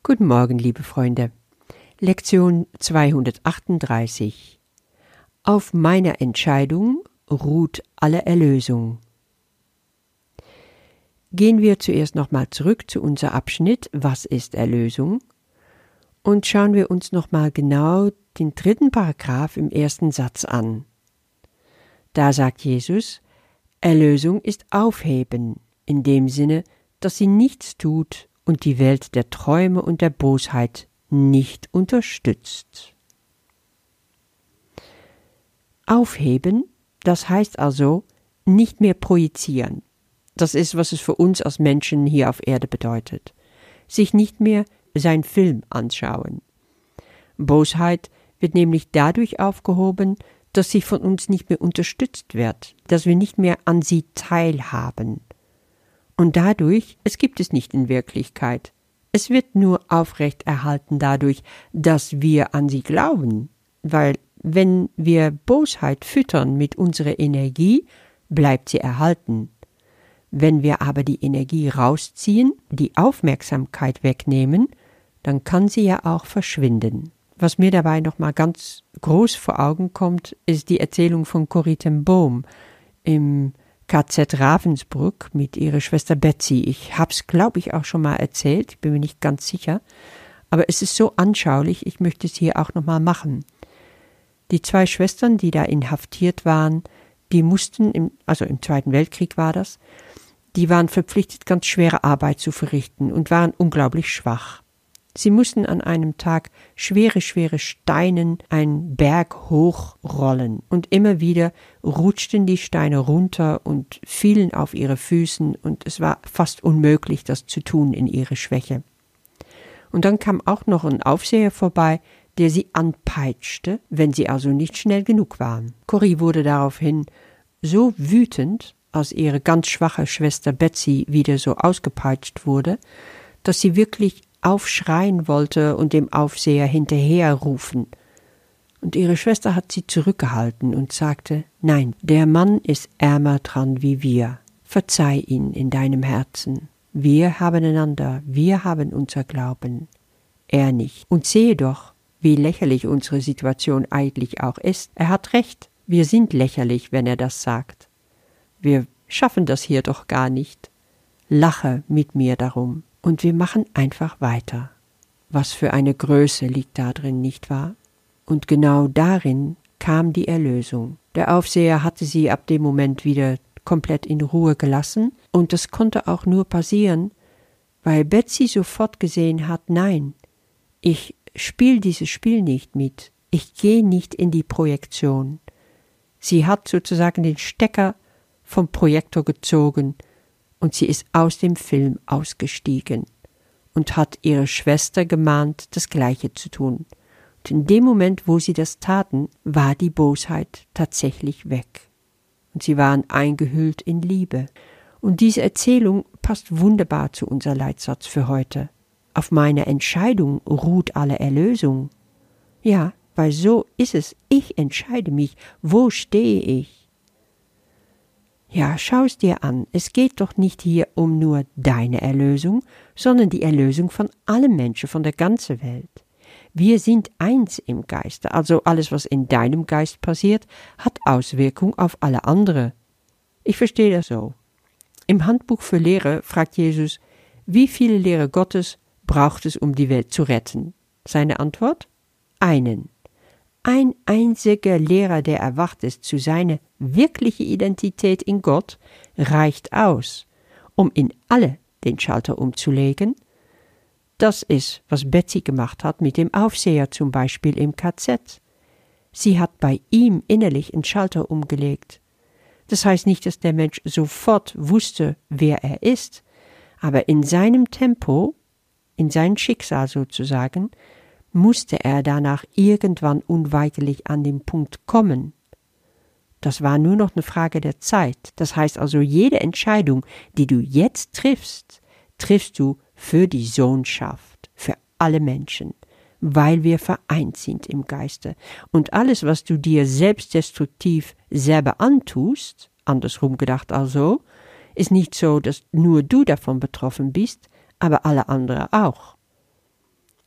Guten Morgen, liebe Freunde. Lektion 238. Auf meiner Entscheidung ruht alle Erlösung. Gehen wir zuerst nochmal zurück zu unserem Abschnitt Was ist Erlösung? Und schauen wir uns nochmal genau den 3. Paragraph im 1. Satz an. Da sagt Jesus, Erlösung ist Aufheben, in dem Sinne, dass sie nichts tut und die Welt der Träume und der Bosheit nicht unterstützt. Aufheben, das heißt also nicht mehr projizieren. Das ist, was es für uns als Menschen hier auf Erde bedeutet. Sich nicht mehr sein Film anschauen. Bosheit wird nämlich dadurch aufgehoben, dass sie von uns nicht mehr unterstützt wird, dass wir nicht mehr an sie teilhaben. Und dadurch, es gibt es nicht in Wirklichkeit. Es wird nur aufrechterhalten dadurch, dass wir an sie glauben. Weil wenn wir Bosheit füttern mit unserer Energie, bleibt sie erhalten. Wenn wir aber die Energie rausziehen, die Aufmerksamkeit wegnehmen, dann kann sie ja auch verschwinden. Was mir dabei nochmal ganz groß vor Augen kommt, ist die Erzählung von Corrie ten Boom im KZ Ravensbrück mit ihrer Schwester Betsy. Ich habe es, glaube ich, auch schon mal erzählt, ich bin mir nicht ganz sicher, aber es ist so anschaulich, ich möchte es hier auch nochmal machen. Die 2 Schwestern, die da inhaftiert waren, die mussten, im Zweiten Weltkrieg war das, die waren verpflichtet, ganz schwere Arbeit zu verrichten und waren unglaublich schwach. Sie mussten an einem Tag schwere Steine einen Berg hochrollen und immer wieder rutschten die Steine runter und fielen auf ihre Füßen und es war fast unmöglich, das zu tun in ihrer Schwäche. Und dann kam auch noch ein Aufseher vorbei, der sie anpeitschte, wenn sie also nicht schnell genug waren. Corrie wurde daraufhin so wütend, als ihre ganz schwache Schwester Betsy wieder so ausgepeitscht wurde, dass sie wirklich aufschreien wollte und dem Aufseher hinterherrufen. Und ihre Schwester hat sie zurückgehalten und sagte, nein, der Mann ist ärmer dran wie wir. Verzeih ihn in deinem Herzen. Wir haben einander, wir haben unser Glauben. Er nicht. Und sehe doch, wie lächerlich unsere Situation eigentlich auch ist. Er hat recht. Wir sind lächerlich, wenn er das sagt. Wir schaffen das hier doch gar nicht. Lache mit mir darum. Und wir machen einfach weiter. Was für eine Größe liegt da drin, nicht wahr? Und genau darin kam die Erlösung. Der Aufseher hatte sie ab dem Moment wieder komplett in Ruhe gelassen. Und das konnte auch nur passieren, weil Betsy sofort gesehen hat, nein, ich spiele dieses Spiel nicht mit. Ich gehe nicht in die Projektion. Sie hat sozusagen den Stecker vom Projektor gezogen und sie ist aus dem Film ausgestiegen und hat ihre Schwester gemahnt, das Gleiche zu tun. Und in dem Moment, wo sie das taten, war die Bosheit tatsächlich weg. Und sie waren eingehüllt in Liebe. Und diese Erzählung passt wunderbar zu unserem Leitsatz für heute. Auf meiner Entscheidung ruht alle Erlösung. Ja, weil so ist es. Ich entscheide mich. Wo stehe ich? Ja, schau es dir an. Es geht doch nicht hier um nur deine Erlösung, sondern die Erlösung von allen Menschen, von der ganzen Welt. Wir sind eins im Geiste, also alles, was in deinem Geist passiert, hat Auswirkung auf alle anderen. Ich verstehe das so. Im Handbuch für Lehrer fragt Jesus, wie viele Lehrer Gottes braucht es, um die Welt zu retten? Seine Antwort? Einen. Ein einziger Lehrer, der erwacht ist zu seiner wirklichen Identität in Gott, reicht aus, um in alle den Schalter umzulegen. Das ist, was Betsy gemacht hat mit dem Aufseher zum Beispiel im KZ. Sie hat bei ihm innerlich einen Schalter umgelegt. Das heißt nicht, dass der Mensch sofort wusste, wer er ist, aber in seinem Tempo, in sein Schicksal sozusagen, musste er danach irgendwann unweigerlich an den Punkt kommen. Das war nur noch eine Frage der Zeit. Das heißt also, jede Entscheidung, die du jetzt triffst, triffst du für die Sohnschaft, für alle Menschen, weil wir vereint sind im Geiste. Und alles, was du dir selbstdestruktiv selber antust, andersrum gedacht also, ist nicht so, dass nur du davon betroffen bist, aber alle anderen auch.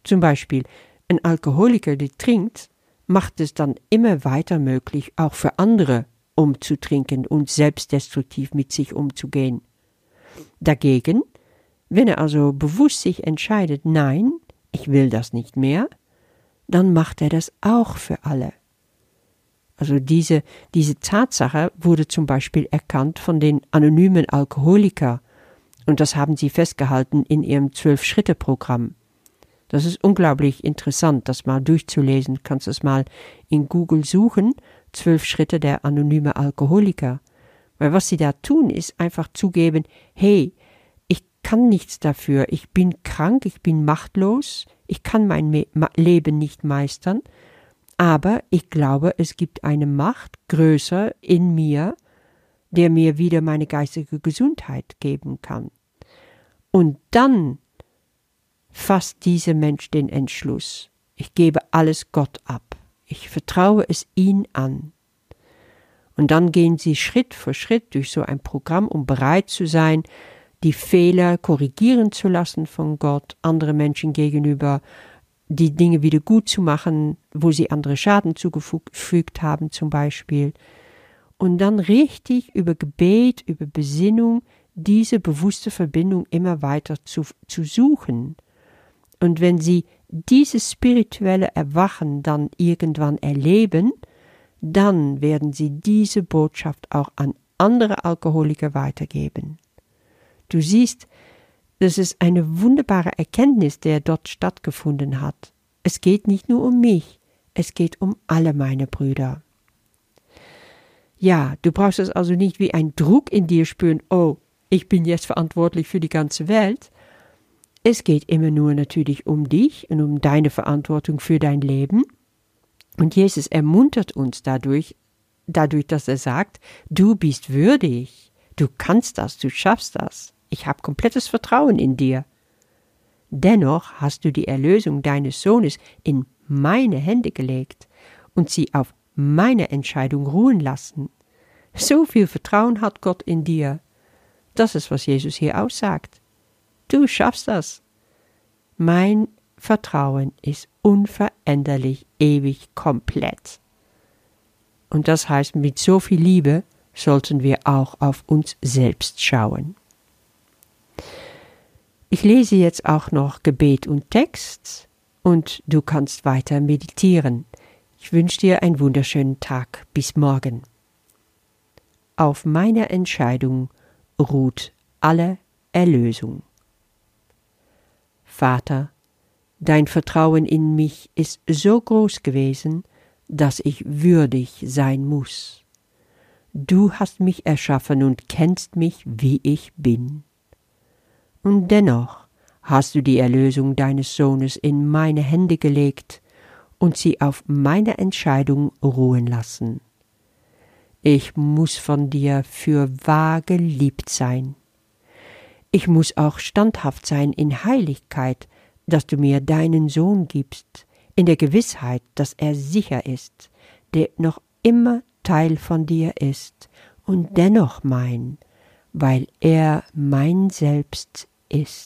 Zum Beispiel ein Alkoholiker, der trinkt, macht es dann immer weiter möglich, auch für andere umzutrinken und selbstdestruktiv mit sich umzugehen. Dagegen, wenn er also bewusst sich entscheidet, nein, ich will das nicht mehr, dann macht er das auch für alle. Also diese Tatsache wurde zum Beispiel erkannt von den anonymen Alkoholikern und das haben sie festgehalten in ihrem 12-Schritte-Programm. Das ist unglaublich interessant, das mal durchzulesen. Du kannst es mal in Google suchen, 12 Schritte der anonyme Alkoholiker. Weil was sie da tun, ist einfach zugeben, hey, ich kann nichts dafür, ich bin krank, ich bin machtlos, ich kann mein Leben nicht meistern, aber ich glaube, es gibt eine Macht größer in mir, der mir wieder meine geistige Gesundheit geben kann. Und dann fasst dieser Mensch den Entschluss, ich gebe alles Gott ab, ich vertraue es ihm an. Und dann gehen sie Schritt für Schritt durch so ein Programm, um bereit zu sein, die Fehler korrigieren zu lassen von Gott, andere Menschen gegenüber, die Dinge wieder gut zu machen, wo sie andere Schaden zugefügt haben zum Beispiel. Und dann richtig über Gebet, über Besinnung, diese bewusste Verbindung immer weiter zu suchen. Und wenn sie dieses spirituelle Erwachen dann irgendwann erleben, dann werden sie diese Botschaft auch an andere Alkoholiker weitergeben. Du siehst, das ist eine wunderbare Erkenntnis, der dort stattgefunden hat. Es geht nicht nur um mich, es geht um alle meine Brüder. Ja, du brauchst es also nicht wie ein Druck in dir spüren, oh, ich bin jetzt verantwortlich für die ganze Welt. Es geht immer nur natürlich um dich und um deine Verantwortung für dein Leben. Und Jesus ermuntert uns dadurch, dass er sagt, du bist würdig, du kannst das, du schaffst das. Ich habe komplettes Vertrauen in dir. Dennoch hast du die Erlösung deines Sohnes in meine Hände gelegt und sie auf meine Entscheidung ruhen lassen. So viel Vertrauen hat Gott in dir. Das ist, was Jesus hier aussagt. Du schaffst das. Mein Vertrauen ist unveränderlich, ewig, komplett. Und das heißt, mit so viel Liebe sollten wir auch auf uns selbst schauen. Ich lese jetzt auch noch Gebet und Text und du kannst weiter meditieren. Ich wünsche dir einen wunderschönen Tag. Bis morgen. Auf meiner Entscheidung ruht alle Erlösung. Vater, dein Vertrauen in mich ist so groß gewesen, dass ich würdig sein muss. Du hast mich erschaffen und kennst mich, wie ich bin. Und dennoch hast du die Erlösung deines Sohnes in meine Hände gelegt und sie auf meine Entscheidung ruhen lassen. Ich muss von dir für wahr geliebt sein. Ich muss auch standhaft sein in Heiligkeit, dass du mir deinen Sohn gibst, in der Gewissheit, dass er sicher ist, der noch immer Teil von dir ist und dennoch mein, weil er mein Selbst ist.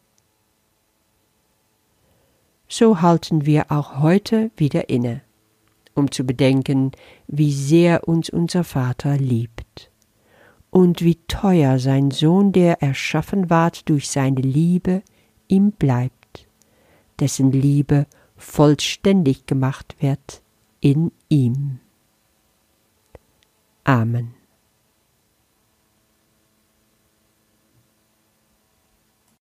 So halten wir auch heute wieder inne, um zu bedenken, wie sehr uns unser Vater liebt und wie teuer sein Sohn, der erschaffen ward durch seine Liebe, ihm bleibt, dessen Liebe vollständig gemacht wird in ihm. Amen.